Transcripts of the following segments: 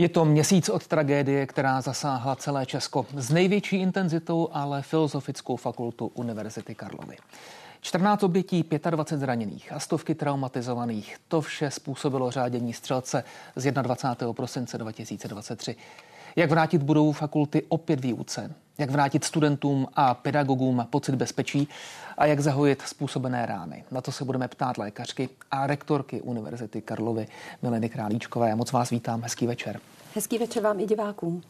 Je to měsíc od tragédie, která zasáhla celé Česko. S největší intenzitou ale Filozofickou fakultu Univerzity Karlovy. 14 obětí, 25 zraněných a stovky traumatizovaných. To vše způsobilo řádění střelce z 21. prosince 2023. Jak vrátit budovu fakulty opět výuce? Jak vrátit studentům a pedagogům pocit bezpečí? A jak zahojit způsobené rány? Na to se budeme ptát lékařky a rektorky Univerzity Karlovy Mileny Králíčkové. Moc vás vítám, hezký večer. Hezký večer vám i divákům.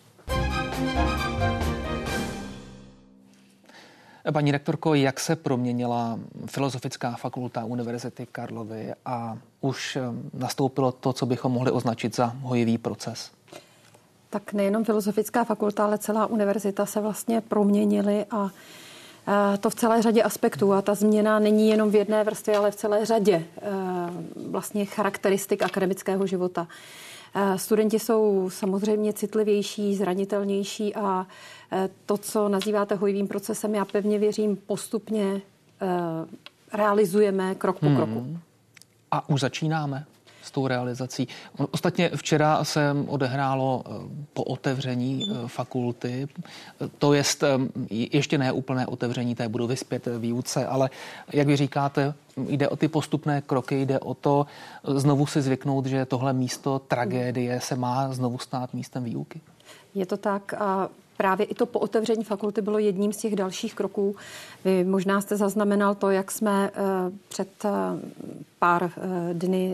Paní rektorko, jak se proměnila Filozofická fakulta Univerzity Karlovy a už nastoupilo to, co bychom mohli označit za hojivý proces? Tak nejenom Filozofická fakulta, ale celá univerzita se vlastně proměnily a to v celé řadě aspektů. A ta změna není jenom v jedné vrstvě, ale v celé řadě vlastně charakteristik akademického života. Studenti jsou samozřejmě citlivější, zranitelnější a to, co nazýváte hojivým procesem, já pevně věřím, postupně realizujeme krok po kroku. A už začínáme s tou realizací. Ostatně včera se odehrálo po otevření fakulty, to jest ještě ne úplné otevření té budovy zpět výuce, ale jak vy říkáte, jde o ty postupné kroky, jde o to znovu si zvyknout, že tohle místo tragédie se má znovu stát místem výuky. Je to tak a právě i to po otevření fakulty bylo jedním z těch dalších kroků. Vy možná jste zaznamenal to, jak jsme před pár dny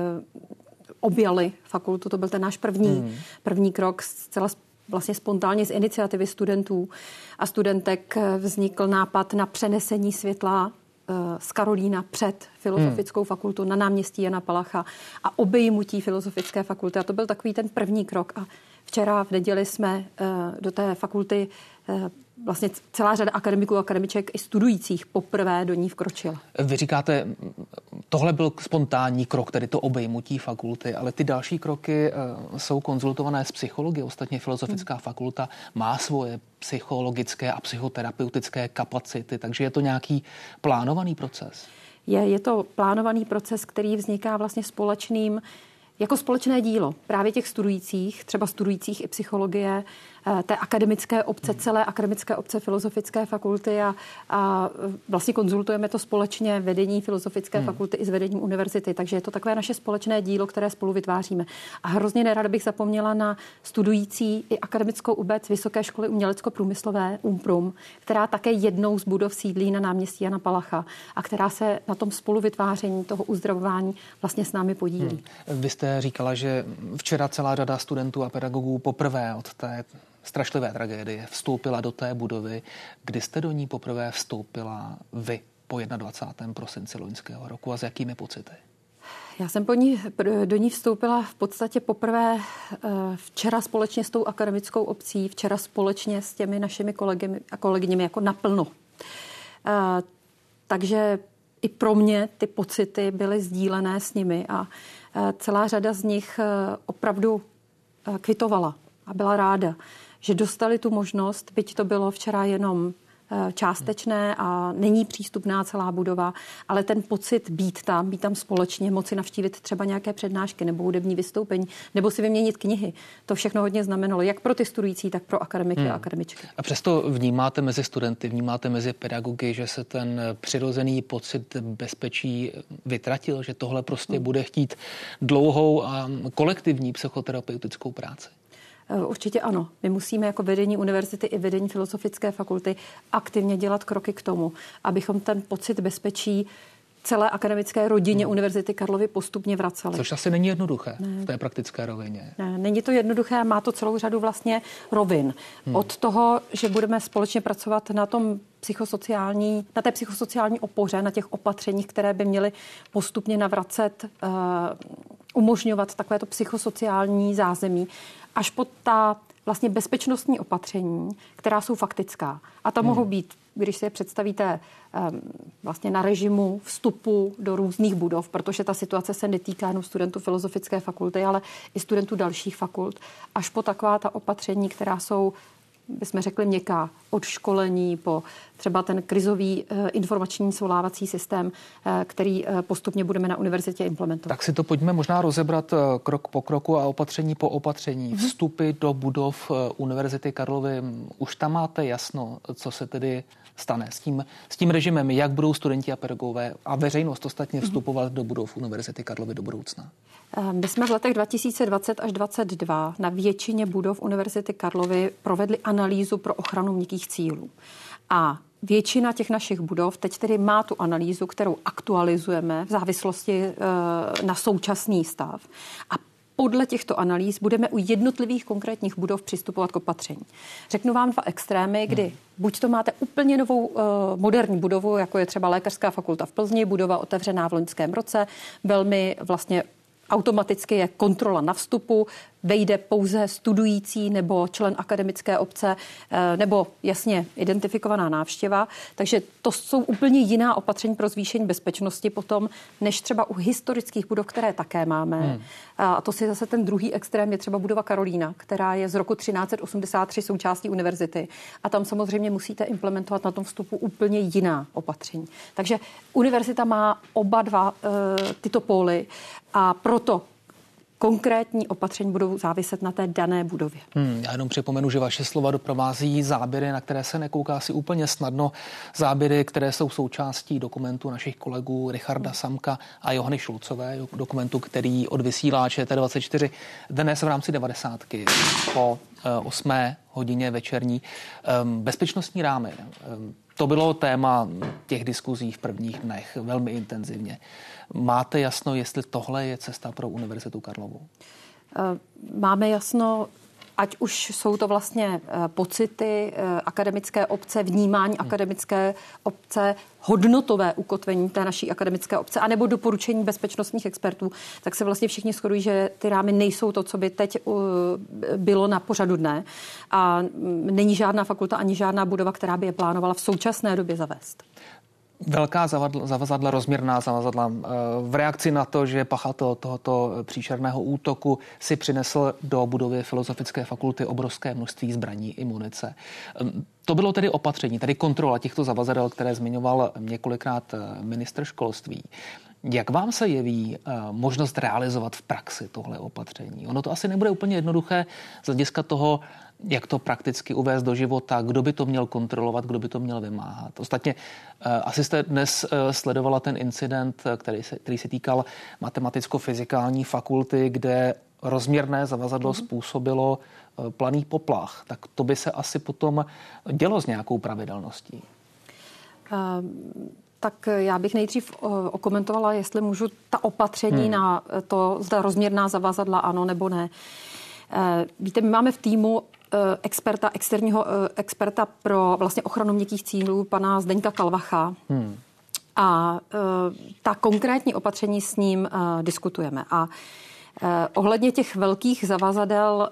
objali fakultu. To byl ten náš první krok, zcela vlastně spontánně z iniciativy studentů a studentek vznikl nápad na přenesení světla z Karolína před Filozofickou fakultu na náměstí Jana Palacha a obejmutí Filozofické fakulty. A to byl takový ten první krok. A včera v neděli jsme do té fakulty vlastně celá řada akademiků a akademiček i studujících poprvé do ní vkročila. Vy říkáte, tohle byl spontánní krok, tedy to obejmutí fakulty, ale ty další kroky jsou konzultované s psychology. Ostatně Filozofická fakulta má svoje psychologické a psychoterapeutické kapacity, takže je to nějaký plánovaný proces? Je to plánovaný proces, který vzniká vlastně jako společné dílo právě těch studujících, třeba studujících i psychologie, té akademické obce, celé akademické obce Filozofické fakulty a vlastně konzultujeme to společně vedení Filozofické fakulty i s vedením univerzity, takže je to takové naše společné dílo, které spolu vytváříme. A hrozně nerada bych zapomněla na studující i akademickou obec Vysoké školy umělecko-průmyslové UMPRUM, která také jednou z budov sídlí na náměstí Jana Palacha a která se na tom spoluvytváření toho uzdravování vlastně s námi podílí. Vy jste říkala, že včera celá řada studentů a pedagogů poprvé od té strašlivé tragédie vstoupila do té budovy. Kdy jste do ní poprvé vstoupila vy po 21. prosinci loňského roku a s jakými pocity? Já jsem do ní vstoupila v podstatě poprvé včera společně s tou akademickou obcí, včera společně s těmi našimi kolegy a kolegyněmi jako naplno. Takže i pro mě ty pocity byly sdílené s nimi a celá řada z nich opravdu kvitovala a byla ráda, že dostali tu možnost, byť to bylo včera jenom částečné a není přístupná celá budova, ale ten pocit být tam společně, moci navštívit třeba nějaké přednášky nebo hudební vystoupení, nebo si vyměnit knihy. To všechno hodně znamenalo, jak pro ty studující, tak pro akademiky a akademičky. A přesto vnímáte mezi studenty, vnímáte mezi pedagogy, že se ten přirozený pocit bezpečí vytratil, že tohle prostě bude chtít dlouhou a kolektivní psychoterapeutickou práci? Určitě ano. My musíme jako vedení univerzity i vedení Filozofické fakulty aktivně dělat kroky k tomu, abychom ten pocit bezpečí celé akademické rodině Univerzity Karlovy postupně vraceli. Což asi není jednoduché v té praktické rovině. Ne, není to jednoduché, má to celou řadu vlastně rovin. Od toho, že budeme společně pracovat na té psychosociální opoře, na těch opatřeních, které by měly postupně navracet, umožňovat takovéto psychosociální zázemí, až po ta vlastně bezpečnostní opatření, která jsou faktická. A to mohou být, když si je představíte vlastně na režimu vstupu do různých budov, protože ta situace se netýká jenom studentů Filozofické fakulty, ale i studentů dalších fakult, až po taková ta opatření, která jsou bychom řekli měkká, od školení po třeba ten krizový informační svolávací systém, který postupně budeme na univerzitě implementovat. Tak si to pojďme možná rozebrat krok po kroku a opatření po opatření. Vstupy do budov Univerzity Karlovy, už tam máte jasno, co se tedy stane s tím režimem, jak budou studenti a pedagogové a veřejnost ostatně vstupovat do budov Univerzity Karlovy do budoucna? My jsme v letech 2020 až 2022 na většině budov Univerzity Karlovy provedli analýzu pro ochranu měkkých cílů. A většina těch našich budov teď tedy má tu analýzu, kterou aktualizujeme v závislosti na současný stav. A podle těchto analýz budeme u jednotlivých konkrétních budov přistupovat k opatření. Řeknu vám dva extrémy, kdy buď to máte úplně novou moderní budovu, jako je třeba Lékařská fakulta v Plzni, budova otevřená v loňském roce, velmi vlastně automaticky je kontrola na vstupu, vejde pouze studující nebo člen akademické obce nebo jasně identifikovaná návštěva. Takže to jsou úplně jiná opatření pro zvýšení bezpečnosti potom, než třeba u historických budov, které také máme. A to si zase ten druhý extrém je třeba budova Karolína, která je z roku 1383 součástí univerzity. A tam samozřejmě musíte implementovat na tom vstupu úplně jiná opatření. Takže univerzita má oba dva tyto póly a proto konkrétní opatření budou záviset na té dané budově. Já jenom připomenu, že vaše slova doprovází záběry, na které se nekouká si úplně snadno. Záběry, které jsou součástí dokumentu našich kolegů Richarda Samka a Johany Šulcové, dokumentu, který odvysílá ČT24 dnes v rámci 90. po 8. hodině večerní. Bezpečnostní rámy. To bylo téma těch diskuzí v prvních dnech velmi intenzivně. Máte jasno, jestli tohle je cesta pro Univerzitu Karlovu? Máme jasno, ať už jsou to vlastně pocity akademické obce, vnímání akademické obce, hodnotové ukotvení té naší akademické obce, anebo doporučení bezpečnostních expertů, tak se vlastně všichni shodují, že ty rámy nejsou to, co by teď bylo na pořadu dne. A není žádná fakulta ani žádná budova, která by je plánovala v současné době zavést. Velká zavazadla, rozměrná zavazadla. V reakci na to, že pachatel tohoto příšerného útoku si přinesl do budovy Filozofické fakulty obrovské množství zbraní i munice. To bylo tedy opatření, tedy kontrola těchto zavazadel, které zmiňoval několikrát ministr školství. Jak vám se jeví možnost realizovat v praxi tohle opatření? Ono to asi nebude úplně jednoduché z hlediska toho, jak to prakticky uvést do života, kdo by to měl kontrolovat, kdo by to měl vymáhat. Ostatně asi jste dnes sledovala ten incident, který se týkal matematicko-fyzikální fakulty, kde rozměrné zavazadlo způsobilo planý poplach. Tak to by se asi potom dělo s nějakou pravidelností. Tak já bych nejdřív okomentovala, jestli můžu ta opatření na to, zda rozměrná zavazadla ano nebo ne. Víte, my máme v týmu externího experta pro vlastně ochranu měkkých cílů, pana Zdeňka Kalvacha. A ta konkrétní opatření s ním diskutujeme. A ohledně těch velkých zavazadel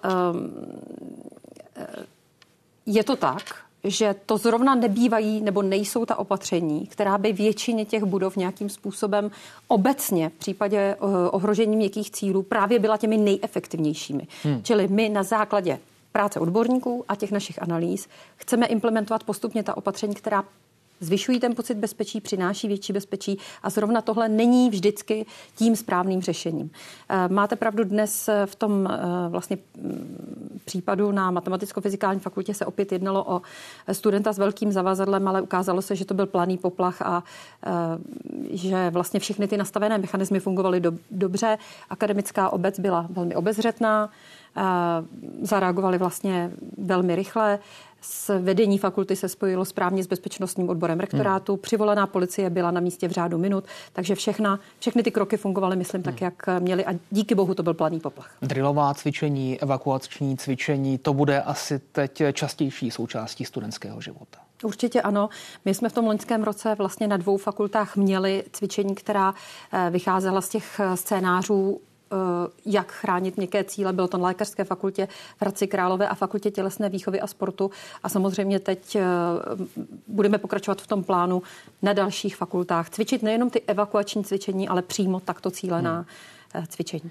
je to tak, že to zrovna nebývají nebo nejsou ta opatření, která by většině těch budov nějakým způsobem obecně v případě ohrožení měkkých cílů právě byla těmi nejefektivnějšími. Čili my na základě práce odborníků a těch našich analýz chceme implementovat postupně ta opatření, která zvyšují ten pocit bezpečí, přináší větší bezpečí a zrovna tohle není vždycky tím správným řešením. Máte pravdu, dnes v tom vlastně případu na Matematicko-fyzikální fakultě se opět jednalo o studenta s velkým zavazadlem, ale ukázalo se, že to byl planý poplach a že vlastně všechny ty nastavené mechanismy fungovaly dobře. Akademická obec byla velmi obezřetná, zareagovali vlastně velmi rychle. S vedení fakulty se spojilo správně s bezpečnostním odborem rektorátu. Přivolaná policie byla na místě v řádu minut, takže všechny ty kroky fungovaly, myslím, tak, jak měly a díky bohu to byl planý poplach. Drillová cvičení, evakuační cvičení, to bude asi teď častější součástí studentského života. Určitě ano. My jsme v tom loňském roce vlastně na 2 fakultách měli cvičení, která vycházela z těch scénářů, jak chránit měkké cíle. Bylo to na Lékařské fakultě v Hradci Králové a fakultě tělesné výchovy a sportu. A samozřejmě teď budeme pokračovat v tom plánu na dalších fakultách. Cvičit nejenom ty evakuační cvičení, ale přímo takto cílená cvičení.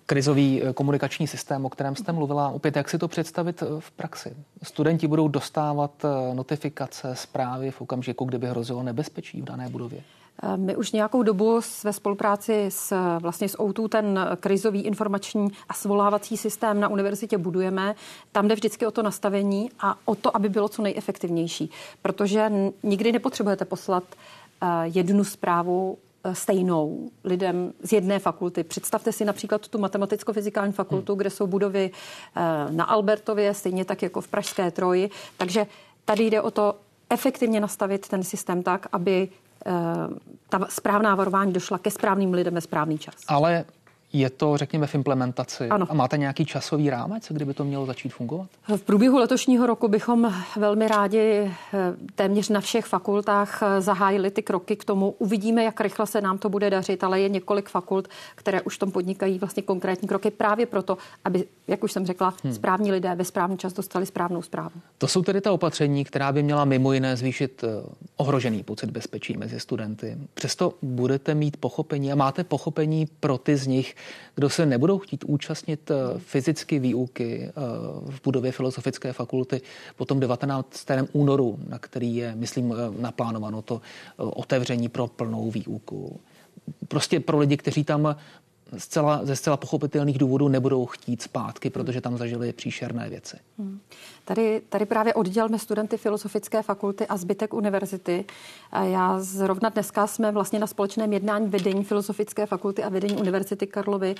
krizový komunikační systém, o kterém jste mluvila. Opět, jak si to představit v praxi? Studenti budou dostávat notifikace, zprávy v okamžiku, kdyby hrozilo nebezpečí v dané budově? My už nějakou dobu ve spolupráci s O2 ten krizový informační a svolávací systém na univerzitě budujeme. Tam jde vždycky o to nastavení a o to, aby bylo co nejefektivnější. Protože nikdy nepotřebujete poslat jednu zprávu stejnou lidem z jedné fakulty. Představte si například tu matematicko-fyzikální fakultu, kde jsou budovy na Albertově, stejně tak jako v Pražské Troji. Takže tady jde o to efektivně nastavit ten systém tak, aby ta správná varování došla ke správným lidem ve správný čas. Ale je to, řekněme, v implementaci. Ano. A máte nějaký časový rámec, kdyby to mělo začít fungovat? V průběhu letošního roku bychom velmi rádi téměř na všech fakultách zahájili ty kroky k tomu. Uvidíme, jak rychle se nám to bude dařit, ale je několik fakult, které už v tom podnikají vlastně konkrétní kroky právě proto, aby, jak už jsem řekla, správní lidé ve správný čas dostali správnou zprávu. To jsou tedy ta opatření, která by měla mimo jiné zvýšit ohrožený pocit bezpečí mezi studenty. Přesto budete mít pochopení a máte pochopení pro ty z nich, kdo se nebudou chtít účastnit fyzicky výuky v budově Filozofické fakulty po tom 19. únoru, na který je, myslím, naplánováno to otevření pro plnou výuku. Prostě pro lidi, kteří tam ze zcela pochopitelných důvodů nebudou chtít zpátky, protože tam zažili příšerné věci. Tady právě oddělíme studenty Filozofické fakulty a zbytek univerzity. Já zrovna dneska jsme vlastně na společném jednání vedení Filozofické fakulty a vedení Univerzity Karlovy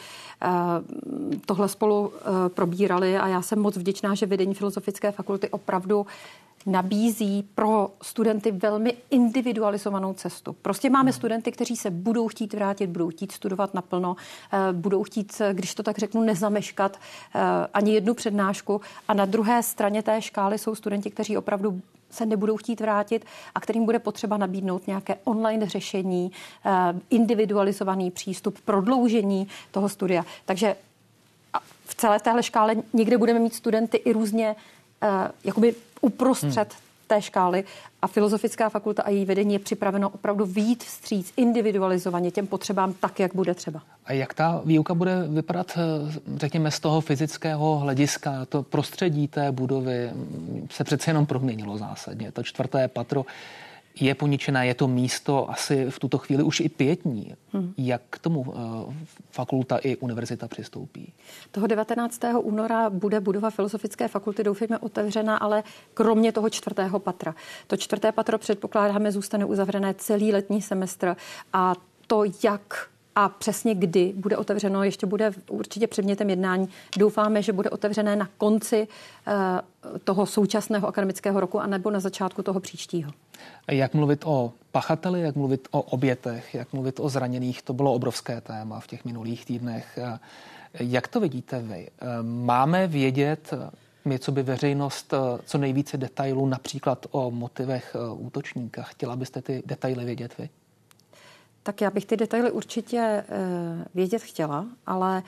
tohle spolu probírali a já jsem moc vděčná, že vedení Filozofické fakulty opravdu nabízí pro studenty velmi individualizovanou cestu. Prostě máme studenty, kteří se budou chtít vrátit, budou chtít studovat naplno, budou chtít, když to tak řeknu, nezameškat ani jednu přednášku. A na druhé straně té škály jsou studenti, kteří opravdu se nebudou chtít vrátit a kterým bude potřeba nabídnout nějaké online řešení, individualizovaný přístup, prodloužení toho studia. Takže v celé téhle škále někde budeme mít studenty i různě jakoby uprostřed té škály a Filozofická fakulta a její vedení je připraveno opravdu vyjít vstříc individualizovaně těm potřebám tak, jak bude třeba. A jak ta výuka bude vypadat, řekněme, z toho fyzického hlediska? To prostředí té budovy se přece jenom proměnilo zásadně. To 4. patro je poničené, je to místo asi v tuto chvíli už i pietní. Jak k tomu fakulta i univerzita přistoupí? Toho 19. února bude budova Filozofické fakulty, doufejme, otevřena, ale kromě toho 4. patra. To 4. patro předpokládáme zůstane uzavřené celý letní semestr a to, jak a přesně kdy bude otevřeno, ještě bude určitě předmětem jednání. Doufáme, že bude otevřené na konci toho současného akademického roku anebo na začátku toho příštího. Jak mluvit o pachateli, jak mluvit o obětech, jak mluvit o zraněných, to bylo obrovské téma v těch minulých týdnech. Jak to vidíte vy? Máme vědět, my co by veřejnost, co nejvíce detailů, například o motivech útočníka? Chtěla byste ty detaily vědět vy? Tak já bych ty detaily určitě vědět chtěla, ale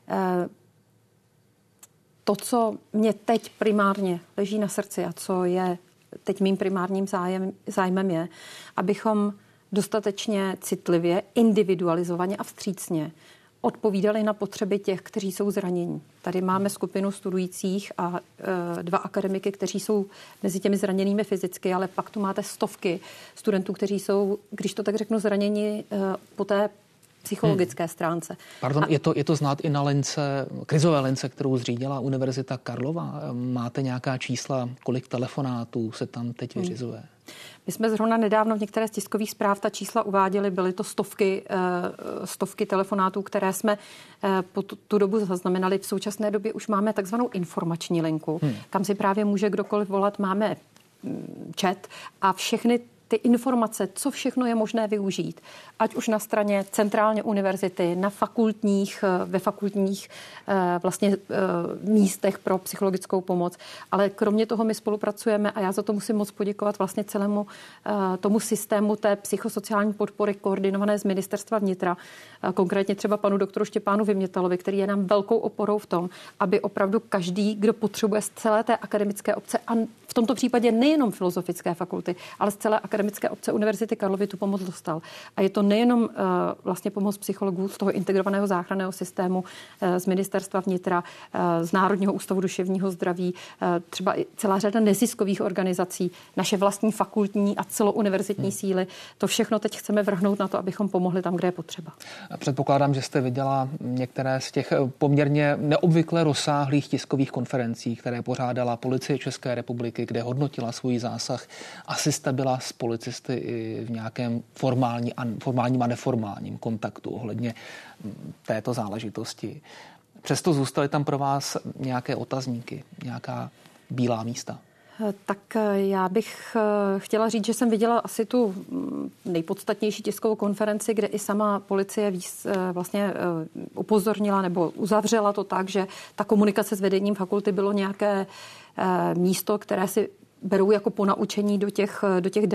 to, co mě teď primárně leží na srdci a co je teď mým primárním zájmem je, abychom dostatečně citlivě, individualizovaně a vstřícně odpovídali na potřeby těch, kteří jsou zranění. Tady máme skupinu studujících a 2 akademiky, kteří jsou mezi těmi zraněnými fyzicky, ale pak tu máte stovky studentů, kteří jsou, když to tak řeknu, zraněni po té psychologické stránce. Pardon, je to znát i na lince, krizové lince, kterou zřídila Univerzita Karlova. Máte nějaká čísla, kolik telefonátů se tam teď vyřizuje? My jsme zrovna nedávno v některé z tiskových zpráv ta čísla uváděli, byly to stovky telefonátů, které jsme po tu dobu zaznamenali. V současné době už máme takzvanou informační linku, kam si právě může kdokoliv volat. Máme chat a všechny ty informace, co všechno je možné využít, ať už na straně centrálně univerzity, ve fakultních vlastně místech pro psychologickou pomoc. Ale kromě toho my spolupracujeme a já za to musím moc poděkovat vlastně celému tomu systému té psychosociální podpory koordinované z Ministerstva vnitra, konkrétně třeba panu doktoru Štěpánu Vymětalovi, který je nám velkou oporou v tom, aby opravdu každý, kdo potřebuje z celé té akademické obce a v tomto případě nejenom Filozofické fakulty, ale z celé akademické akademické obce Univerzity Karlovy tu pomoc dostal. A je to nejenom vlastně pomoc psychologů z toho integrovaného záchranného systému, z ministerstva vnitra, z Národního ústavu duševního zdraví, třeba i celá řada neziskových organizací, naše vlastní fakultní a celouniverzitní síly. To všechno teď chceme vrhnout na to, abychom pomohli tam, kde je potřeba. Předpokládám, že jste viděla některé z těch poměrně neobvykle rozsáhlých tiskových konferencí, které pořádala Policie České republiky, kde hodnotila svůj zásah. Asi jste byla s policisty i v nějakém formálním a neformálním kontaktu ohledně této záležitosti. Přesto zůstaly tam pro vás nějaké otazníky, nějaká bílá místa? Tak já bych chtěla říct, že jsem viděla asi tu nejpodstatnější tiskovou konferenci, kde i sama policie vlastně upozornila nebo uzavřela to tak, že ta komunikace s vedením fakulty bylo nějaké místo, které si berou jako ponaučení do těch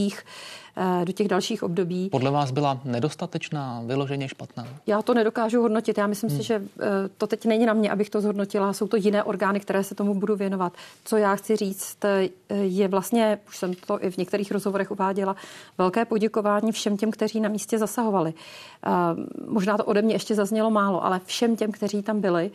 dalších období. Podle vás byla nedostatečná, vyloženě špatná? Já to nedokážu hodnotit. Já myslím si, že to teď není na mě, abych to zhodnotila. Jsou to jiné orgány, které se tomu budou věnovat. Co já chci říct, je vlastně, už jsem to i v některých rozhovorech uváděla, velké poděkování všem těm, kteří na místě zasahovali. Možná to ode mě ještě zaznělo málo, ale všem těm, kteří tam byli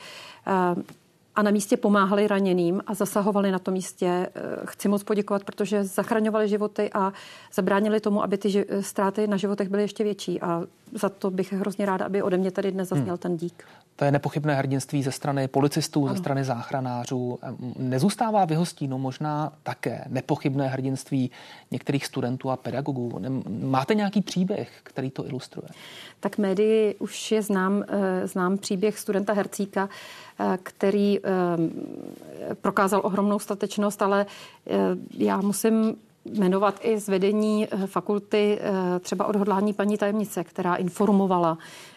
a na místě pomáhali raněným a zasahovali na tom místě. Chci moc poděkovat, protože zachraňovali životy a zabránili tomu, aby ty ztráty na životech byly ještě větší. A za to bych hrozně ráda, aby ode mě tady dnes zazněl ten dík. To je nepochybné hrdinství ze strany policistů, ano. Ze strany záchranářů. Nezůstává v jeho stínu možná také nepochybné hrdinství některých studentů a pedagogů. Máte nějaký příběh, který to ilustruje? Tak médii už je znám příběh studenta Hercíka, který prokázal ohromnou statečnost, ale já musím jmenovat i z vedení fakulty třeba odhodlání paní tajemnice, která informovala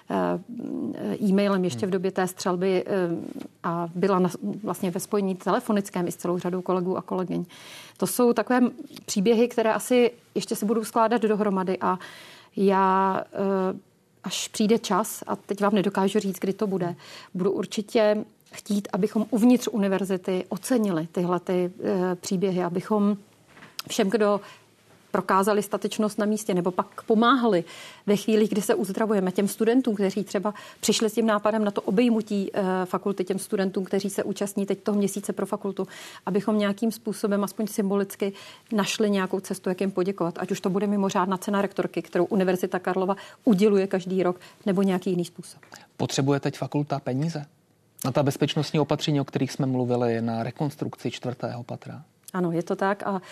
e-mailem ještě v době té střelby a byla vlastně ve spojení telefonickém i s celou řadou kolegů a kolegyň. To jsou takové příběhy, které asi ještě se budou skládat dohromady a já, až přijde čas, a teď vám nedokážu říct, kdy to bude, budu určitě chtít, abychom uvnitř univerzity ocenili tyhle příběhy, abychom všem, kdo prokázali statečnost na místě nebo pak pomáhali ve chvíli, kdy se uzdravujeme, těm studentům, kteří třeba přišli s tím nápadem na to obejmutí fakulty, těm studentům, kteří se účastní teď toho měsíce pro fakultu, abychom nějakým způsobem, aspoň symbolicky, našli nějakou cestu, jak jim poděkovat. Ať už to bude mimořádná cena rektorky, kterou Univerzita Karlova uděluje každý rok, nebo nějaký jiný způsob. Potřebuje teď fakulta peníze? Na ta bezpečnostní opatření, o kterých jsme mluvili, na rekonstrukci 4. patra? Ano, je to tak a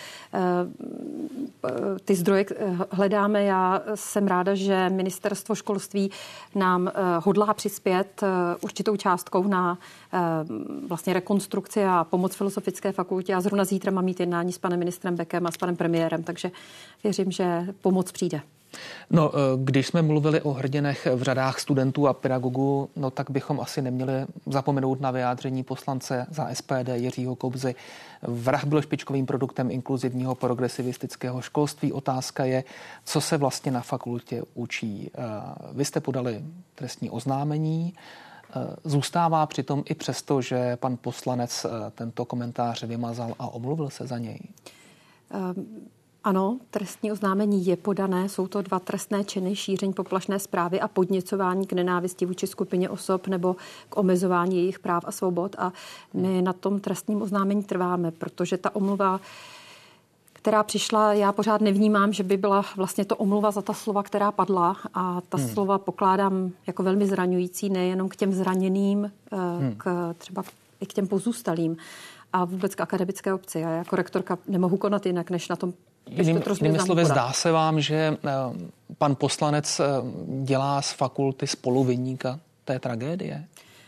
ty zdroje hledáme. Já jsem ráda, že ministerstvo školství nám hodlá přispět určitou částkou na vlastně rekonstrukci a pomoc Filozofické fakultě. A zrovna zítra mám mít jednání s panem ministrem Bekem a s panem premiérem, takže věřím, že pomoc přijde. No, když jsme mluvili o hrdinech v řadách studentů a pedagogů, no tak bychom asi neměli zapomenout na vyjádření poslance za SPD Jiřího Kobzy. Vrah byl špičkovým produktem inkluzivního progresivistického školství. Otázka je, co se vlastně na fakultě učí. Vy jste podali trestní oznámení. Zůstává přitom i přesto, že pan poslanec tento komentář vymazal a omluvil se za něj? Ano, trestní oznámení je podané. Jsou to 2 trestné činy: šíření poplašné zprávy a podněcování k nenávisti vůči skupině osob nebo k omezování jejich práv a svobod. A my na tom trestním oznámení trváme, protože ta omluva, která přišla, já pořád nevnímám, že by byla vlastně to omluva za ta slova, která padla. A ta slova pokládám jako velmi zraňující nejenom k těm zraněným, třeba i k těm pozůstalým a vůbec k akademické obci. Já jako rektorka nemohu konat jinak, než na tom. Jinými slovy, zdá se vám, že pan poslanec dělá z fakulty spoluviníka té tragédie?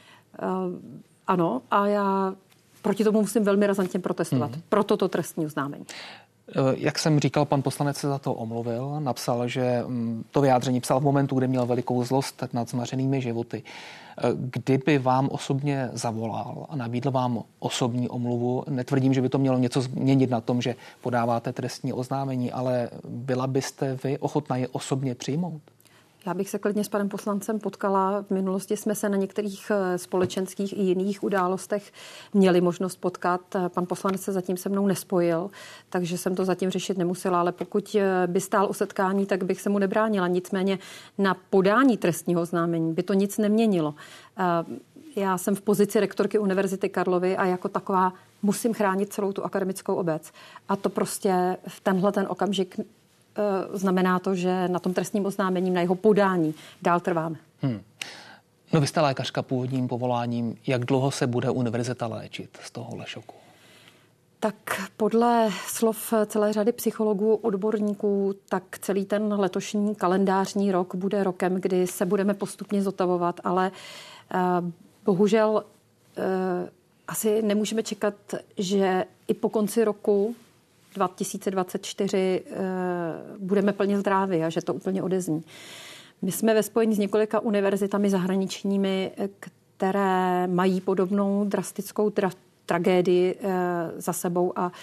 Ano, a já proti tomu musím velmi razantně protestovat. Proto to trestní oznámení. Jak jsem říkal, pan poslanec se za to omluvil. Napsal, že to vyjádření psal v momentu, kdy měl velikou zlost nad zmařenými životy. Kdyby vám osobně zavolal a nabídl vám osobní omluvu, netvrdím, že by to mělo něco změnit na tom, že podáváte trestní oznámení, ale byla byste vy ochotná je osobně přijmout? Já bych se klidně s panem poslancem potkala. V minulosti jsme se na některých společenských i jiných událostech měli možnost potkat. Pan poslanec se zatím se mnou nespojil, takže jsem to zatím řešit nemusela, ale pokud by stál o setkání, tak bych se mu nebránila. Nicméně na podání trestního oznámení by to nic neměnilo. Já jsem v pozici rektorky Univerzity Karlovy a jako taková musím chránit celou tu akademickou obec. A to prostě v tenhle ten okamžik znamená to, že na tom trestním oznámení, na jeho podání dál trváme. No, vy jste lékařka původním povoláním. Jak dlouho se bude univerzita léčit z tohohle šoku? Tak podle slov celé řady psychologů, odborníků, tak celý ten letošní kalendářní rok bude rokem, kdy se budeme postupně zotavovat, ale bohužel asi nemůžeme čekat, že i po konci roku 2024 budeme plně zdraví a že to úplně odezní. My jsme ve spojení s několika univerzitami zahraničními, které mají podobnou drastickou tragédii za sebou a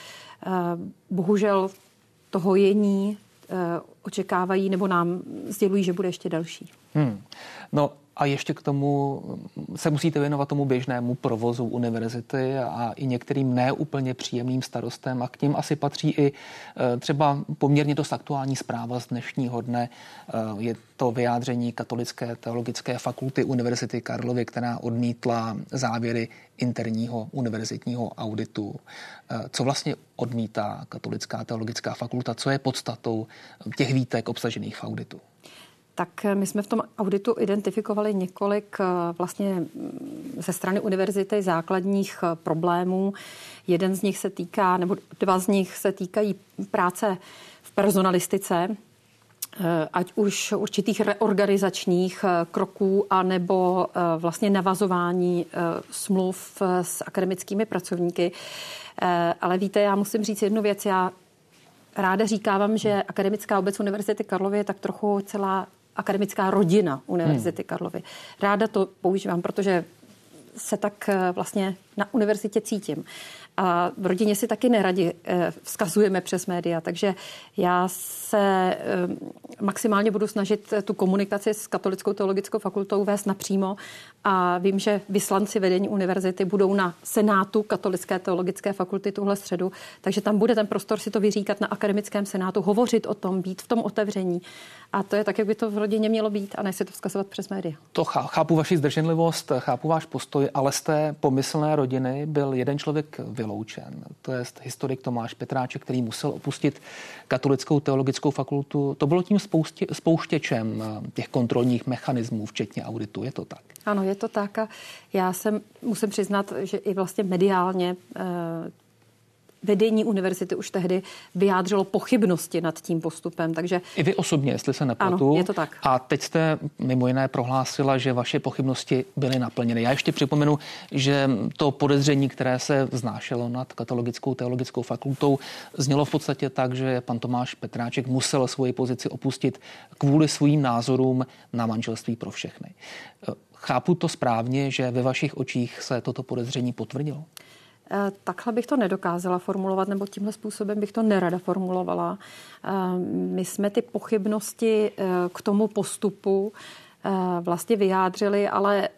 bohužel to hojení očekávají nebo nám sdělují, že bude ještě další. No a ještě k tomu se musíte věnovat tomu běžnému provozu univerzity a i některým neúplně příjemným starostem a k ním asi patří i třeba poměrně dost aktuální zpráva z dnešního dne. Je to vyjádření Katolické teologické fakulty Univerzity Karlovy, která odmítla závěry interního univerzitního auditu. Co vlastně odmítá Katolická teologická fakulta? Co je podstatou těch výtek obsažených v auditu? Tak my jsme v tom auditu identifikovali několik vlastně ze strany univerzity základních problémů. Jeden z nich se týká, nebo dva z nich se týkají práce v personalistice, ať už určitých reorganizačních kroků, anebo vlastně navazování smluv s akademickými pracovníky. Ale víte, já musím říct jednu věc. Já ráda říkávám, že akademická obec Univerzity Karlovy je tak trochu celá akademická rodina Univerzity Karlovy. Ráda to používám, protože se tak vlastně na univerzitě cítím. A v rodině si taky neradi vzkazujeme přes média, takže já se maximálně budu snažit tu komunikaci s Katolickou teologickou fakultou vést napřímo a vím, že vyslanci vedení univerzity budou na senátu Katolické teologické fakulty tuhle středu, takže tam bude ten prostor si to vyříkat na akademickém senátu, hovořit o tom, být v tom otevření. A to je tak, jak by to v rodině mělo být a ne si to vzkazovat přes média. To chápu vaši zdrženlivost, chápu váš postoj, ale z té pomyslné rodiny byl jeden člověk vyloučen. To je historik Tomáš Petráček, který musel opustit Katolickou teologickou fakultu. To bylo tím spouštěčem těch kontrolních mechanismů, včetně auditu. Je to tak? Ano, je to tak a já musím přiznat, že i vlastně mediálně vedení univerzity už tehdy vyjádřilo pochybnosti nad tím postupem, takže... I vy osobně, jestli se nepletu. Ano, je to tak. A teď jste mimo jiné prohlásila, že vaše pochybnosti byly naplněny. Já ještě připomenu, že to podezření, které se vznášelo nad Katologickou teologickou fakultou, znělo v podstatě tak, že pan Tomáš Petráček musel svoji pozici opustit kvůli svým názorům na manželství pro všechny. Chápu to správně, že ve vašich očích se toto podezření potvrdilo? Takhle bych to nedokázala formulovat, nebo tímhle způsobem bych to nerada formulovala. My jsme ty pochybnosti k tomu postupu vlastně vyjádřili, ale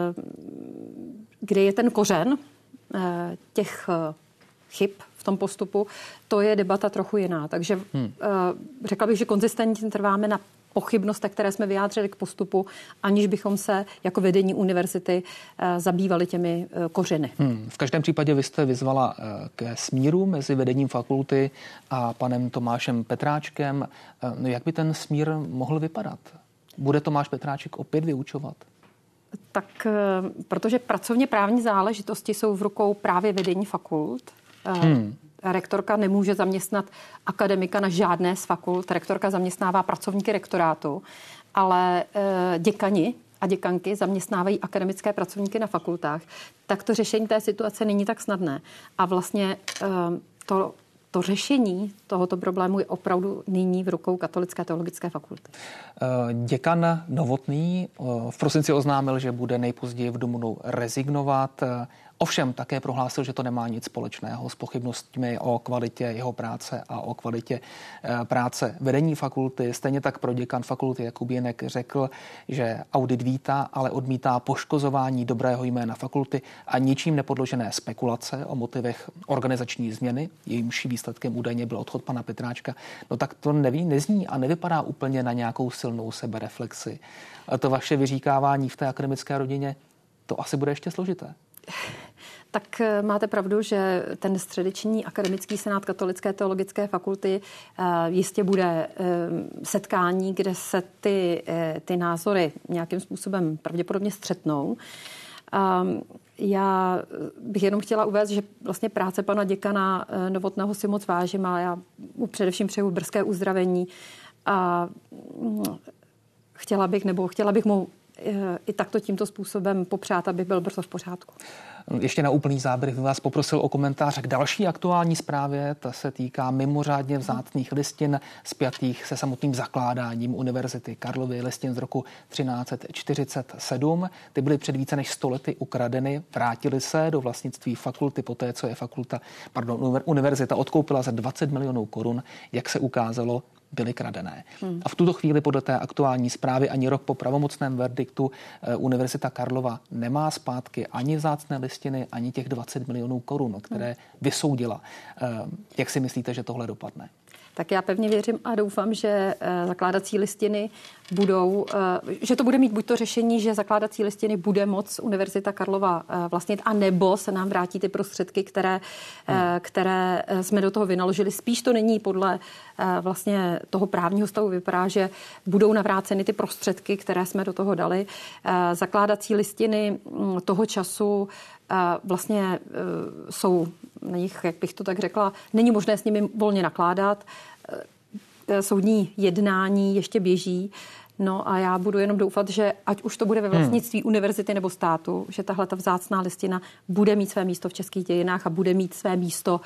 kde je ten kořen těch chyb v tom postupu, to je debata trochu jiná. Takže řekla bych, že konzistentně trváme na pochybnostech, které jsme vyjádřili k postupu, aniž bychom se jako vedení univerzity zabývali těmi kořeny. V každém případě vy jste vyzvala ke smíru mezi vedením fakulty a panem Tomášem Petráčkem. No, jak by ten smír mohl vypadat? Bude Tomáš Petráček opět vyučovat? Tak, protože pracovně právní záležitosti jsou v rukou právě vedení fakult. Rektorka nemůže zaměstnat akademika na žádné z fakult. Rektorka zaměstnává pracovníky rektorátu, ale děkani a děkanky zaměstnávají akademické pracovníky na fakultách. Tak to řešení té situace není tak snadné. A vlastně to řešení tohoto problému je opravdu nyní v rukou Katolické teologické fakulty. Děkan Novotný v prosinci oznámil, že bude nejpozději v dubnu rezignovat. Ovšem také prohlásil, že to nemá nic společného s pochybnostmi o kvalitě jeho práce a o kvalitě práce vedení fakulty. Stejně tak proděkan fakulty Jakub Jinek řekl, že audit vítá, ale odmítá poškozování dobrého jména fakulty a ničím nepodložené spekulace o motivech organizační změny. Jejímž výsledkem údajně byl odchod pana Petráčka. No tak to nezní a nevypadá úplně na nějakou silnou sebereflexi. A to vaše vyříkávání v té akademické rodině, to asi bude ještě složité. Tak máte pravdu, že ten středeční akademický senát Katolické teologické fakulty jistě bude setkání, kde se ty názory nějakým způsobem pravděpodobně střetnou. Já bych jenom chtěla uvést, že vlastně práce pana děkana Novotného si moc vážím a já mu především přeju brzké uzdravení a chtěla bych mu i takto tímto způsobem popřát, aby byl brzo v pořádku. Ještě na úplný záběr bych vás poprosil o komentář k další aktuální zprávě. Ta se týká mimořádně vzácných listin spjatých se samotným zakládáním Univerzity Karlovy, listin z roku 1347. Ty byly před více než 100 lety ukradeny, vrátily se do vlastnictví fakulty poté, co je univerzita odkoupila za 20 milionů korun, jak se ukázalo, byly kradené. A v tuto chvíli podle té aktuální zprávy ani rok po pravomocném verdiktu Univerzita Karlova nemá zpátky ani vzácné listiny, ani těch 20 milionů korun, které vysoudila. Jak si myslíte, že tohle dopadne? Tak já pevně věřím a doufám, že zakládací listiny budou, že to bude mít buď to řešení, že zakládací listiny bude moc Univerzita Karlova vlastnit, a nebo se nám vrátí ty prostředky, které jsme do toho vynaložili. Spíš to není podle vlastně toho právního stavu. Vypadá, že budou navráceny ty prostředky, které jsme do toho dali. Zakládací listiny toho času vlastně jsou na nich, jak bych to tak řekla, není možné s nimi volně nakládat. Soudní jednání ještě běží. No a já budu jenom doufat, že ať už to bude ve vlastnictví univerzity nebo státu, že tahle ta vzácná listina bude mít své místo v českých dějinách a bude mít své místo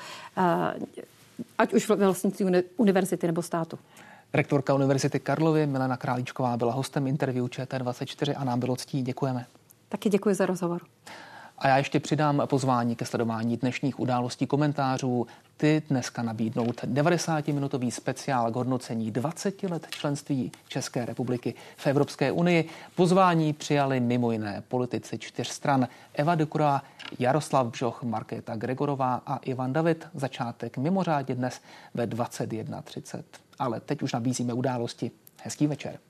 ať už ve vlastnictví univerzity nebo státu. Rektorka Univerzity Karlovy Milena Králíčková byla hostem interview ČT24 a nám bylo ctí. Děkujeme. Taky děkuji za rozhovor. A já ještě přidám pozvání ke sledování dnešních událostí komentářů. Ty dneska nabídnout 90-minutový speciál k hodnocení 20 let členství České republiky v Evropské unii. Pozvání přijali mimo jiné politici 4 stran: Eva Ducreux, Jaroslav Bžoch, Markéta Gregorová a Ivan David. Začátek mimořádně dnes ve 21:30. Ale teď už nabízíme události. Hezký večer.